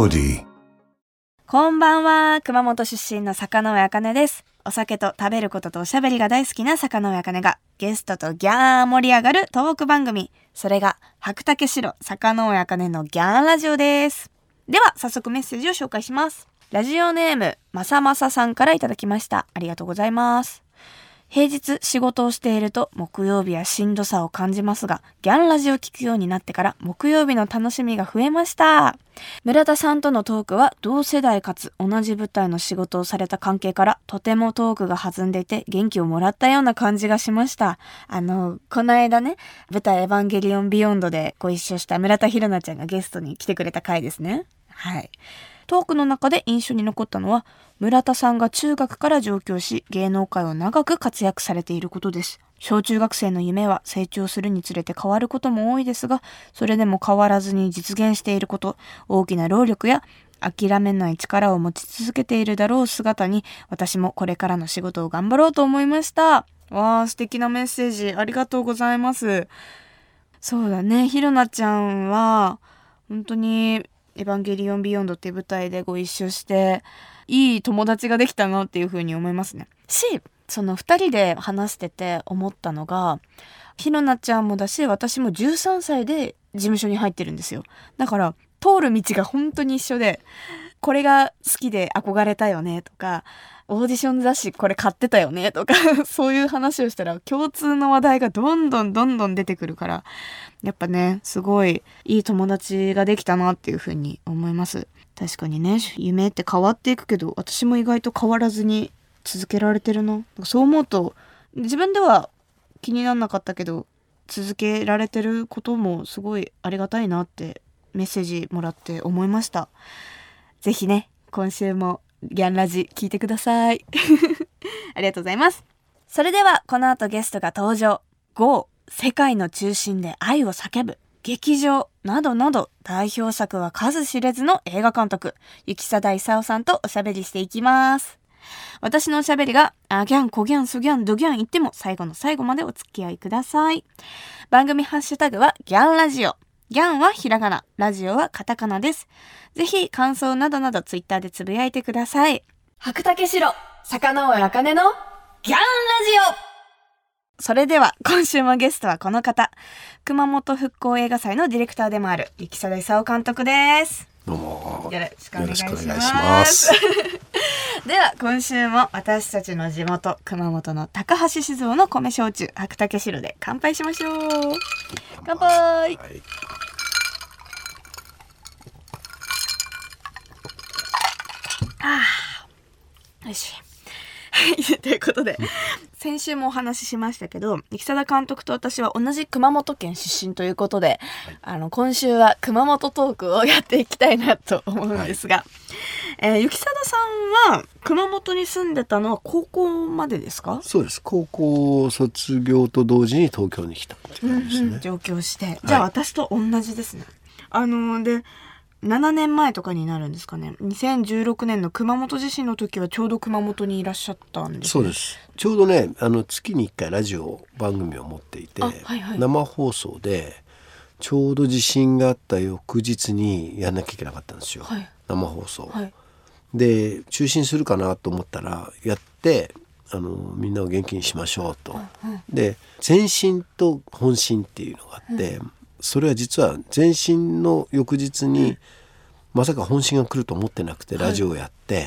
Melody。 こんばんは。熊本出身の坂上茜です。お酒と食べることとおしゃべりが大好きな坂上茜がゲストとギャー盛り上がるトーク番組。それが白竹城坂上茜のギャーラジオです。では早速メッセージを紹介します。ラジオネームまさまささんからいただきました。ありがとうございます。平日仕事をしていると木曜日はしんどさを感じますが、ギャンラジを聞くようになってから木曜日の楽しみが増えました。村田さんとのトークは同世代かつ同じ舞台の仕事をされた関係からとてもトークが弾んでいて元気をもらったような感じがしました。この間ね、舞台エヴァンゲリオンビヨンドでご一緒した村田ひろなちゃんがゲストに来てくれた回ですね。はい。トークの中で印象に残ったのは、村田さんが中学から上京し芸能界を長く活躍されていることです。小中学生の夢は成長するにつれて変わることも多いですが、それでも変わらずに実現していること、大きな労力や諦めない力を持ち続けているだろう姿に、私もこれからの仕事を頑張ろうと思いました。わー、素敵なメッセージありがとうございます。そうだね、ひろなちゃんは本当にエヴァンゲリオンビヨンドっていう舞台でご一緒していい友達ができたなっていう風に思いますね。その2人で話してて思ったのが、ひろなちゃんもだし私も13歳で事務所に入ってるんですよ。だから通る道が本当に一緒で、これが好きで憧れたよねとか、オーディション雑誌これ買ってたよねとかそういう話をしたら共通の話題がどんどん出てくるから、やっぱね、すごいいい友達ができたなっていう風に思います。確かにね、夢って変わっていくけど、私も意外と変わらずに続けられてるな。そう思うと自分では気にならなかったけど、続けられてることもすごいありがたいなってメッセージもらって思いました。ぜひね、今週もギャンラジ聞いてくださいありがとうございます。それではこの後ゲストが登場。 GO 世界の中心で愛を叫ぶ、劇場などなど代表作は数知れずの映画監督雪貞勲さんとおしゃべりしていきます。私のおしゃべりがギャンコギャンソギャンドギャン言っても最後の最後までお付き合いください。番組ハッシュタグはギャンラジオ。ギャンはひらがな、ラジオはカタカナです。ぜひ感想などなどツイッターでつぶやいてください。白竹城坂上茜のギャンラジオ。それでは今週もゲストはこの方、熊本復興映画祭のディレクターでもある雪貞勲監督です。 どうもよろしくお願いしよろしくお願いましますすでは今週も私たちの地元熊本の高橋酒造の米焼酎白竹城で乾杯しましょう。乾杯。 はい、 よしということで先週もお話ししましたけど、雪貞監督と私は同じ熊本県出身ということで、今週は熊本トークをやっていきたいなと思うんですが、雪貞さんは熊本に住んでたのは高校までですか？ そうです。高校卒業と同時に東京に来たっていう感じですね。 上京して、じゃあ私と同じですね。で7年前とかになるんですかね。2016年の熊本地震の時はちょうど熊本にいらっしゃったんですね。 そうです。ちょうどね、月に1回ラジオ番組を持っていて、生放送でちょうど地震があった翌日にやんなきゃいけなかったんですよ、生放送、で中止するかなと思ったらやって、みんなを元気にしましょうと、で前震と本震っていうのがあって、それは実は前震の翌日に、まさか本震が来ると思ってなくてラジオをやって、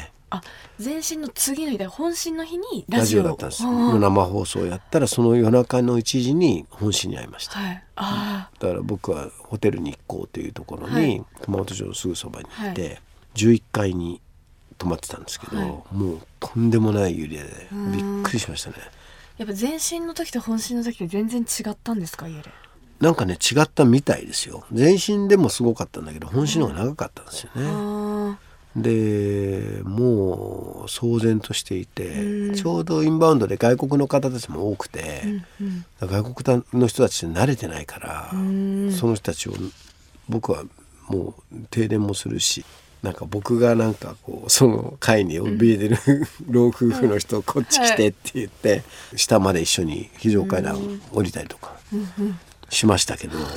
前震の次の日で本震の日にラジオだったんですよ。生放送をやったらその夜中の1時に本震に会いました、だから僕はホテル日光というところに、熊本城のすぐそばにいて、11階に泊まってたんですけど、もうとんでもない揺れでびっくりしましたね。 やっぱ前震の時と本震の時と全然違ったんですか？揺れなんかね、違ったみたいですよ。前震でもすごかったんだけど本震の方が長かったんですよね、でもう騒然としていて、ちょうどインバウンドで外国の方たちも多くて、外国の人たちって慣れてないから、その人たちを僕はもう停電もするし、なんか僕がなんかこうその階に怯えてる、老夫婦の人をこっち来てって言って、下まで一緒に非常階段降りたりとかしましたけど、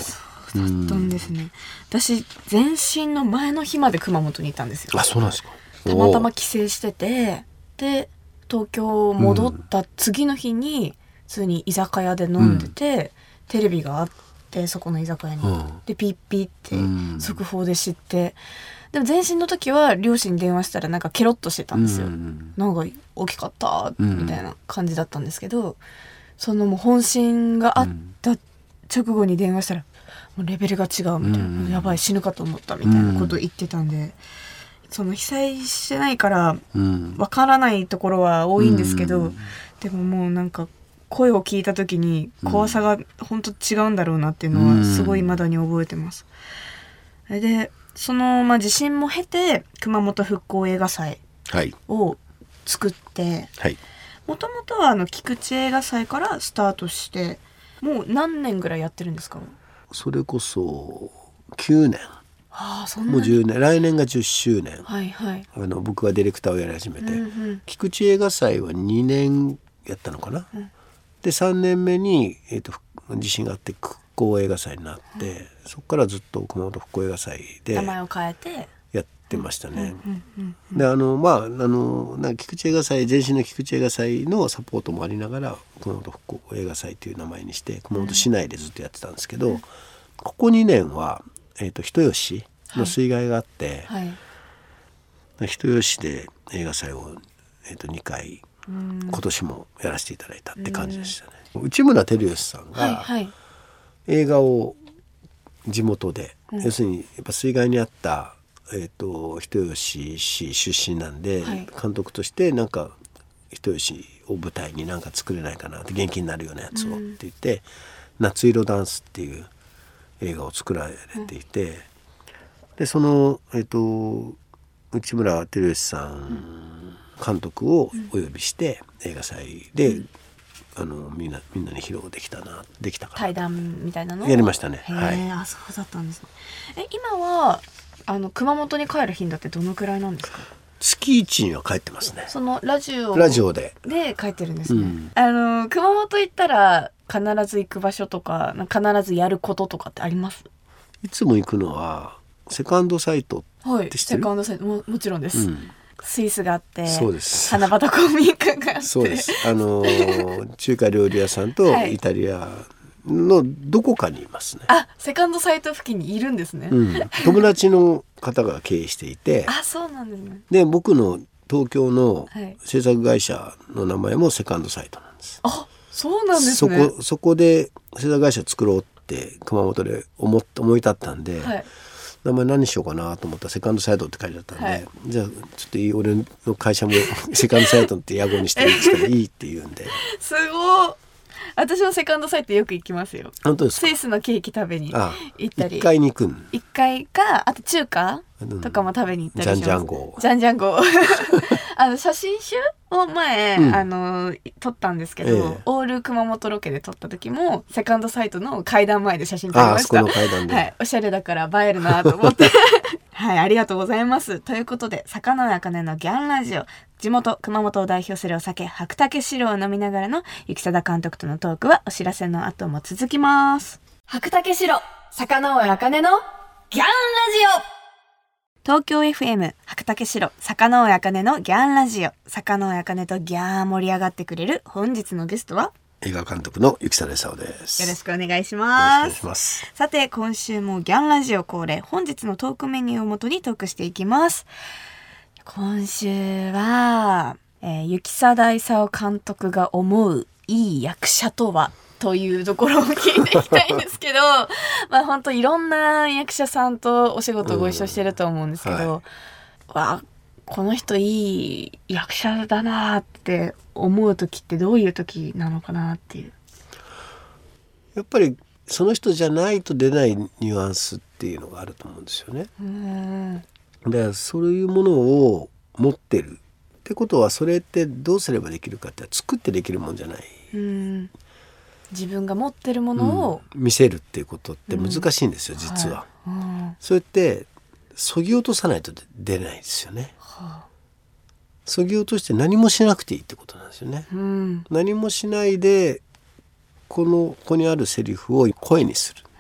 そうだったんですね。私前身の前の日まで熊本にいたんですよ。 あ、そうなんですか。 たまたま帰省してて、で東京戻った次の日に普通に居酒屋で飲んでて、テレビがあってそこの居酒屋に、でピッピって速報で知って、でも前身の時は両親に電話したらなんかケロッとしてたんですよ、なんか大きかったみたいな感じだったんですけど、そのもう本震があった直後に電話したらもうレベルが違うみたいな、やばい死ぬかと思ったみたいなことを言ってたんで、その被災してないからわからないところは多いんですけど、でももうなんか声を聞いた時に怖さが本当違うんだろうなっていうのはすごい未だに覚えてます。でその、地震も経て熊本復興映画祭を作って、もともとは菊池映画祭からスタートしてもう何年ぐらいやってるんですか？ それこそ9年。 そんなにもう10年、来年が10周年、僕がディレクターをやり始めて、菊池映画祭は2年やったのかな、で3年目に、地震があって復興映画祭になって、そこからずっと熊本復興映画祭で名前を変えてやってましたね。で菊池映画祭、前身の菊池映画祭のサポートもありながら熊本復興映画祭という名前にして熊本市内でずっとやってたんですけど、ここ2年は人吉の水害があって、人吉で映画祭を、2回今年もやらせていただいたって感じでしたね。内村光良さんが映画を地元で、要するにやっぱ水害にあった、人吉市出身なんで、監督としてなんか人吉を舞台になんか作れないかなって、元気になるようなやつをって言って、夏色ダンスっていう映画を作られていて、でその、内村光良さん監督をお呼びして映画祭で、みんなに披露できたかな。 対談みたいなのをやりましたね。 そうだったんですね。今は熊本に帰る頻度ってどのくらいなんですか？ 月1には帰ってますね。 そのラジオで帰ってるんですね、熊本行ったら必ず行く場所とか必ずやることとかってあります？ いつも行くのはセカンドサイトって知ってる？ セカンドサイト もちろんです、スイスがあって、 そうです、 花畑公民館があって、 そうです、中華料理屋さんとイタリアのどこかにいますね。 セカンドサイト付近にいるんですね、 友達の方が経営していてそうなんですね。 で僕の東京の制作会社の名前もセカンドサイトなんです。 そうなんですね。 そこで制作会社作ろうって熊本で思い立ったんで、名前何しようかなと思ったらセカンドサイトって書いてあったんで、じゃあちょっといい俺の会社もセカンドサイトって屋号にしていいって言うんで。 すごい。私もセカンドサイトよく行きますよ。 本当ですか？ スイスのケーキ食べに行ったり、 1階に行くん。 1階か、あと中華とかも食べに行ったりします。 ジャンジャンゴジャンジャンゴ写真集を前、撮ったんですけど、オール熊本ロケで撮った時もセカンドサイトの階段前で写真撮りました。 そこの階段で、 おしゃれだから映えるなと思ってありがとうございます。ということで坂上茜のギャンラジオ、地元熊本を代表するお酒白竹白を飲みながらの雪貞監督とのトークはお知らせの後も続きます。白竹白坂上茜のギャンラジオ、東京 FM 白竹城坂上茜のギャンラジオ、坂上茜とギャー盛り上がってくれる本日のゲストは映画監督の雪貞勲です。 よろしくお願いします。 よろしくお願いします。 さて今週もギャンラジオ恒例、本日のトークメニューをもとにトークしていきます。今週は、雪貞勲監督が思ういい役者とはというところを聞いていきたいんですけど本当いろんな役者さんとお仕事ご一緒してると思うんですけど、この人いい役者だなって思う時ってどういう時なのかなっていう。 やっぱりその人じゃないと出ないニュアンスっていうのがあると思うんですよね。でそういうものを持ってるってことは、それってどうすればできるかって作ってできるもんじゃない。 自分が持ってるものを、 見せるっていうことって難しいんですよ、実は。そうやって削ぎ落とさないと出ないですよね。削ぎ落として何もしなくていいってことなんですよね。何もしないでここにあるセリフを声にするっ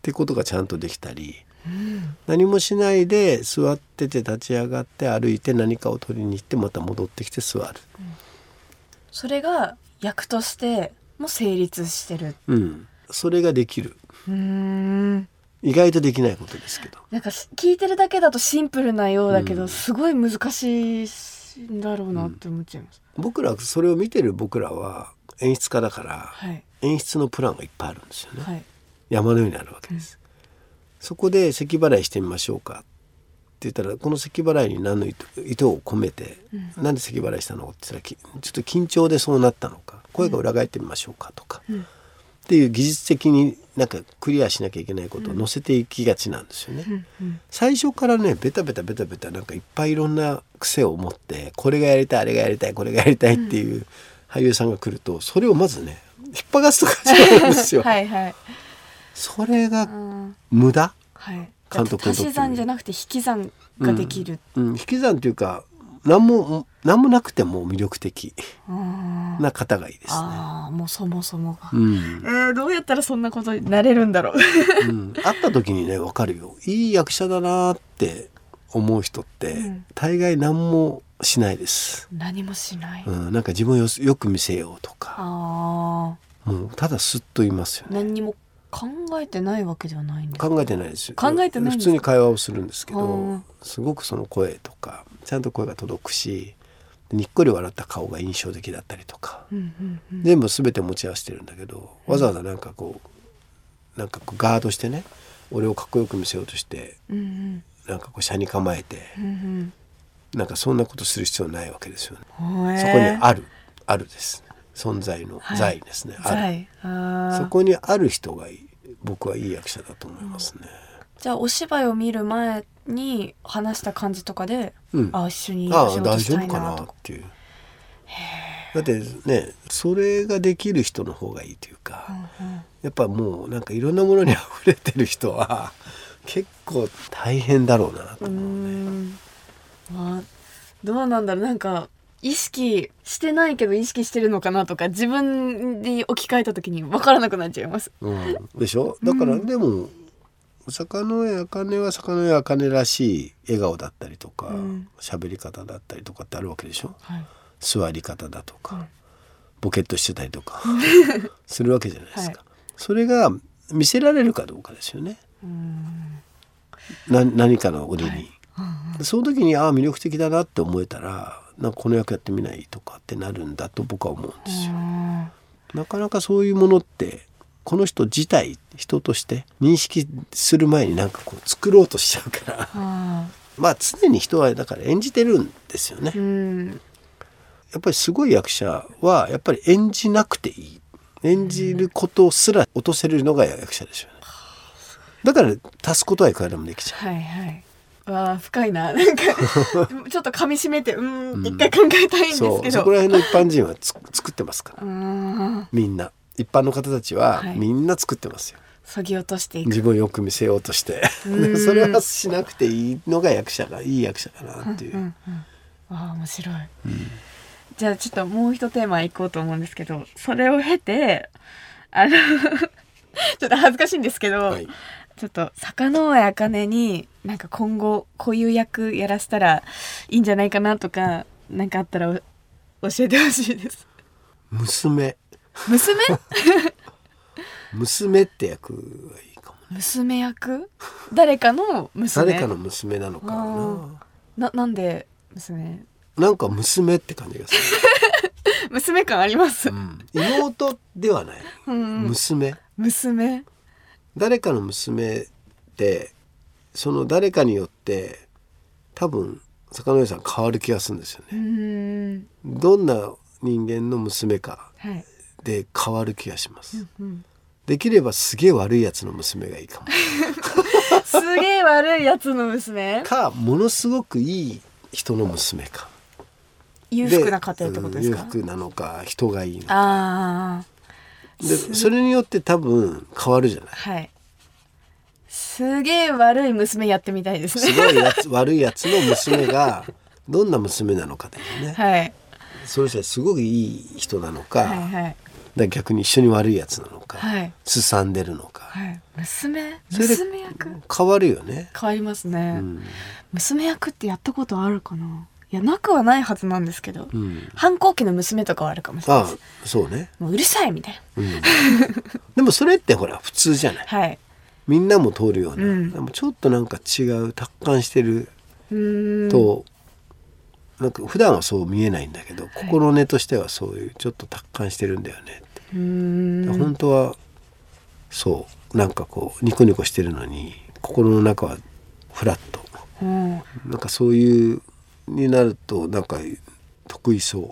ってことがちゃんとできたり、何もしないで座ってて立ち上がって歩いて何かを取りに行ってまた戻ってきて座る、 それが役としても成立してる、 それができる。意外とできないことですけど、 なんか聞いてるだけだとシンプルなようだけど、すごい難しいんだろうなって思っちゃいます。 それを見てる僕らは演出家だから、演出のプランがいっぱいあるんですよね、山のようにあるわけです、そこで咳払いしてみましょうかって言ったら、この咳払いに何の意図を込めて、なんで咳払いしたのって言ったら、ちょっと緊張でそうなったのか、声が裏返ってみましょうかとか、っていう技術的になんかクリアしなきゃいけないことを載せていきがちなんですよね、最初からねベタベタなんかいっぱいいろんな癖を持って、これがやりたいあれがやりたいこれがやりたいっていう俳優さんが来ると、それをまずね引っ張がすとか違うんですよそれが無駄、監督にとって足し算じゃなくて引き算ができる、 引き算っていうか何もなくても魅力的な方がいいですね。 もうそもそもが、どうやったらそんなことになれるんだろう、 会った時にね分かるよ、いい役者だなって思う人って、大概何もしないです。 何もしない、 なんか自分をよく見せようとか、もうただスッと言いますよね。 何にも考えてないわけではないんですか？ 考えてないですよ。 考えてないんですか？ 普通に会話をするんですけど、すごくその声とかちゃんと声が届くし、にっこり笑った顔が印象的だったりとか、全部全て持ち合わせてるんだけど、わざわざなんかこうガードしてね、俺をかっこよく見せようとして、なんかこう車に構えて、なんかそんなことする必要ないわけですよね。そこにあるです存在の在ですね、そこにある人が僕はいい役者だと思いますね。 じゃあお芝居を見る前に話した感じとかで、一緒に仕事したいなとか、 大丈夫かなっていう。だってね、それができる人の方がいいというか、やっぱもうなんかいろんなものに溢れてる人は結構大変だろうなと思うね。 どうなんだろう、なんか意識してないけど意識してるのかなとか、自分に置き換えた時に分からなくなっちゃいます、 でしょ。だから、でも坂上茜は坂上茜らしい笑顔だったりとか、喋り方だったりとかってあるわけでしょ、座り方だとか、ボケっとしてたりとかするわけじゃないですか、それが見せられるかどうかですよね、何かの腕に、その時に魅力的だなって思えたら、なんかこの役やってみないとかってなるんだと僕は思うんですよ。なかなかそういうものってこの人自体人として認識する前になんかこう作ろうとしちゃうから常に人はだから演じてるんですよね。やっぱりすごい役者はやっぱり演じなくていい、演じることすら落とせるのが役者ですよね。だから足すことはいくらでもできちゃう。 深いな、なんかちょっと噛み締めて一回考えたいんですけど、 そこら辺の一般人は作ってますから、みんな一般の方たちはみんな作ってますよ、 削ぎ落としていく、 自分をよく見せようとしてそれはしなくていいのがいい役者かなっていう、 面白い、じゃあちょっともう一テーマいこうと思うんですけど、それを経てちょっと恥ずかしいんですけど、ちょっと坂上茜になんか今後こういう役やらせたらいいんじゃないかなとか、なんかあったら教えてほしいです。 娘って役がいいかもね。 娘役？誰かの娘なのかな。 なんで娘？ なんか娘って感じがする娘感あります、 妹ではない、娘誰かの娘ってその誰かによって多分坂上さん変わる気がするんですよね。どんな人間の娘かで変わる気がします、できればすげえ悪いやつの娘がいいかもすげえ悪いやつの娘か、ものすごくいい人の娘か、 裕福な家庭ってことですか？ 裕福なのか人がいいのかで、それによって多分変わるじゃない、 すげえ悪い娘やってみたいですね。 すごい悪いやつの娘がどんな娘なのかだよね、それじゃすごくいい人なのか、 だ逆に一緒に悪いやつなのか、 はい、 すさんでるのか、 はい、娘役変わるよね。 変わりますね、娘役ってやったことあるかな。いやなくはないはずなんですけど、反抗期の娘とかはあるかもしれないです。 そうね、 もううるさいみたいな、 でもそれってほら普通じゃない、 はい、 みんなも通るような、でもちょっとなんか違う達観してるとなんか普段はそう見えないんだけど、心の根としてはそういうちょっと達観してるんだよねって。本当はそうなんかこうニコニコしてるのに心の中はフラット、なんかそういうになるとなんか得意そう。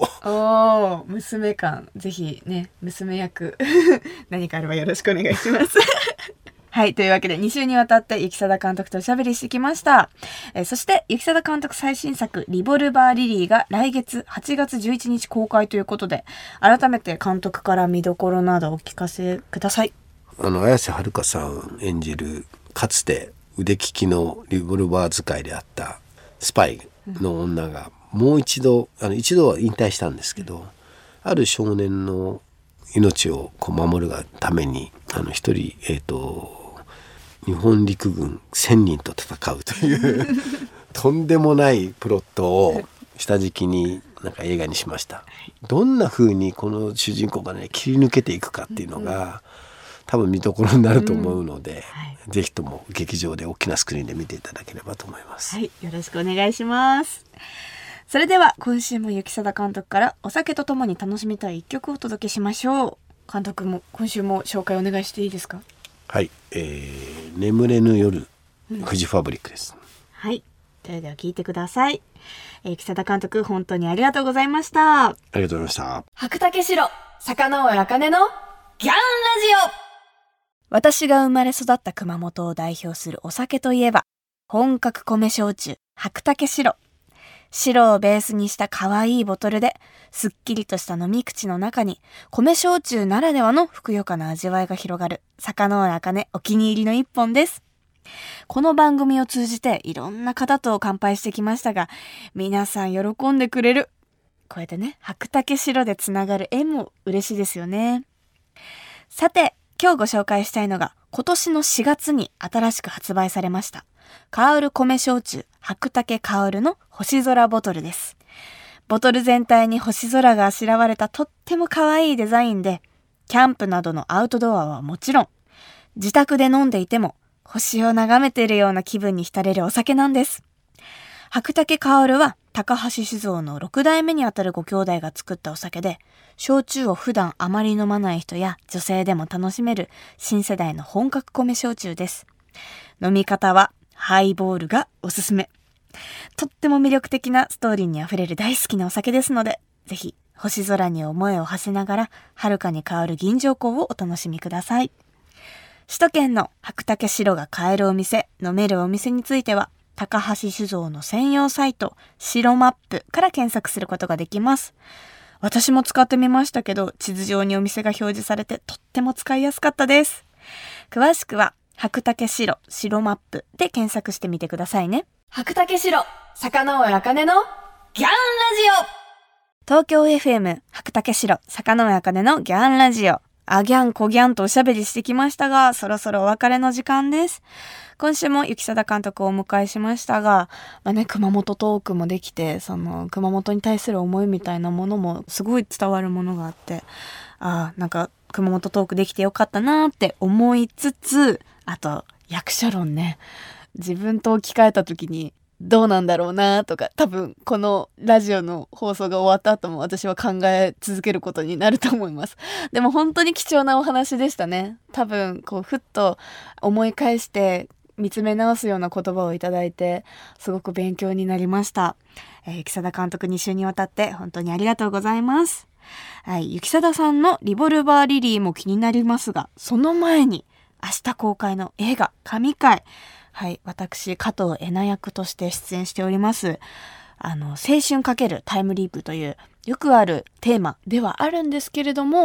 娘感ぜひね、娘役何かあればよろしくお願いしますはい、というわけで2週にわたって雪貞監督とおしゃべりしてきました。そして雪貞監督最新作リボルバーリリーが来月8月11日公開ということで、改めて監督から見どころなどお聞かせください。 綾瀬はるかさん演じるかつて腕利きのリボルバー使いであったスパイの女がもう一度は引退したんですけど、ある少年の命をこう守るがために一人日本陸軍1000人と戦うというとんでもないプロットを下敷きになんか映画にしました。どんな風にこの主人公がね切り抜けていくかっていうのが、多分見どころになると思うので、ぜひとも劇場で大きなスクリーンで見ていただければと思います。 はい、よろしくお願いします。それでは今週も雪貞監督からお酒とともに楽しみたい一曲をお届けしましょう。監督も今週も紹介お願いしていいですか？ はい、眠れぬ夜、フジファブリックです。 はい、それでは聞いてください。雪貞監督本当にありがとうございました。 ありがとうございました。 白竹城坂上茜のギャンラジオ。私が生まれ育った熊本を代表するお酒といえば本格米焼酎白竹城。白をベースにした可愛いボトルで、すっきりとした飲み口の中に、米焼酎ならではのふくよかな味わいが広がる、坂上茜お気に入りの一本です。この番組を通じていろんな方と乾杯してきましたが、皆さん喜んでくれる。こうやってね、白竹白でつながる縁も嬉しいですよね。さて、今日ご紹介したいのが、今年の4月に新しく発売されました。香る米焼酎白竹香るの星空ボトルです。ボトル全体に星空があしらわれたとっても可愛いデザインで、キャンプなどのアウトドアはもちろん、自宅で飲んでいても星を眺めているような気分に浸れるお酒なんです。白竹香るは高橋酒造の6代目にあたるご兄弟が作ったお酒で、焼酎を普段あまり飲まない人や女性でも楽しめる新世代の本格米焼酎です。飲み方はハイボールがおすすめ。とっても魅力的なストーリーにあふれる大好きなお酒ですので、ぜひ星空に思いを馳せながら遥かに香る吟醸香をお楽しみください。首都圏の白竹白が買えるお店、飲めるお店については高橋酒造の専用サイト白マップから検索することができます。私も使ってみましたけど、地図上にお店が表示されてとっても使いやすかったです。詳しくは白竹白マップで検索してみてくださいね。白竹白坂上茜のギャンラジオ。東京 FM 白竹白坂上茜のギャンラジオ。あギャンこギャンとおしゃべりしてきましたが、そろそろお別れの時間です。今週も雪貞監督をお迎えしましたが、熊本トークもできて、その熊本に対する思いみたいなものもすごい伝わるものがあって、なんか熊本トークできてよかったなって思いつつ、あと役者論ね、自分と置き換えた時にどうなんだろうなとか、多分このラジオの放送が終わった後も私は考え続けることになると思います。でも本当に貴重なお話でしたね。多分ふっと思い返して見つめ直すような言葉をいただいて、すごく勉強になりました。雪貞監督2週にわたって本当にありがとうございます。はい、雪貞さんのリボルバーリリーも気になりますが、その前に明日公開の映画神回、はい、私加藤恵那役として出演しております青春×タイムリープというよくあるテーマではあるんですけれども、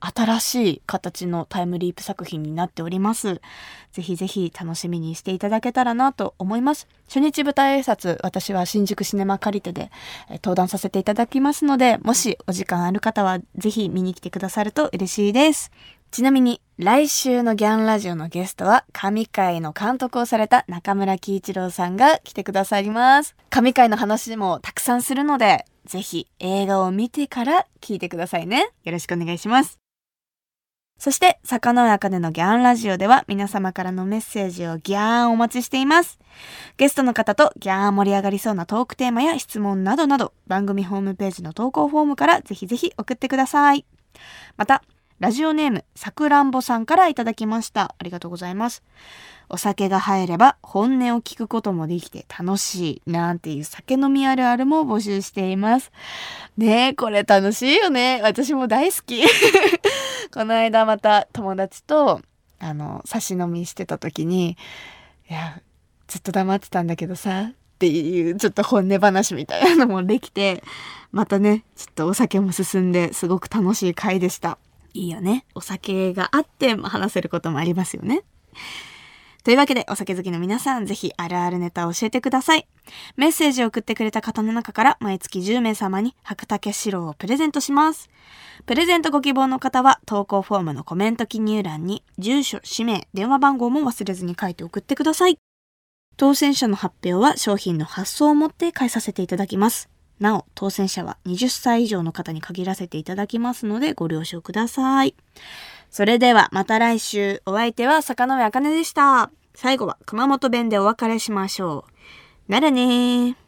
新しい形のタイムリープ作品になっております。ぜひぜひ楽しみにしていただけたらなと思います。初日舞台挨拶、私は新宿シネマカリテで登壇させていただきますので、もしお時間ある方はぜひ見に来てくださると嬉しいです。ちなみに来週のギャンラジオのゲストは神回の監督をされた中村喜一郎さんが来てくださります。神回の話もたくさんするので、ぜひ映画を見てから聞いてくださいね。よろしくお願いします。そして坂上茜のギャンラジオでは皆様からのメッセージをギャーンお待ちしています。ゲストの方とギャーン盛り上がりそうなトークテーマや質問などなど、番組ホームページの投稿フォームからぜひぜひ送ってください。またラジオネームさくらんぼさんからいただきました。ありがとうございます。お酒が入れば本音を聞くこともできて楽しいなんていう酒飲みあるあるも募集しています。ねえ、これ楽しいよね。私も大好き。この間また友達と差し飲みしてた時に、いやずっと黙ってたんだけどさっていうちょっと本音話みたいなのもできて、またねちょっとお酒も進んですごく楽しい回でした。いいよね。お酒があって話せることもありますよね。というわけでお酒好きの皆さん、ぜひあるあるネタを教えてください。メッセージを送ってくれた方の中から毎月10名様に白竹白をプレゼントします。プレゼントご希望の方は投稿フォームのコメント記入欄に住所、氏名、電話番号も忘れずに書いて送ってください。当選者の発表は商品の発送をもって返させていただきます。なお、当選者は20歳以上の方に限らせていただきますのでご了承ください。それではまた来週。お相手は坂上茜でした。最後は熊本弁でお別れしましょう。ならねー。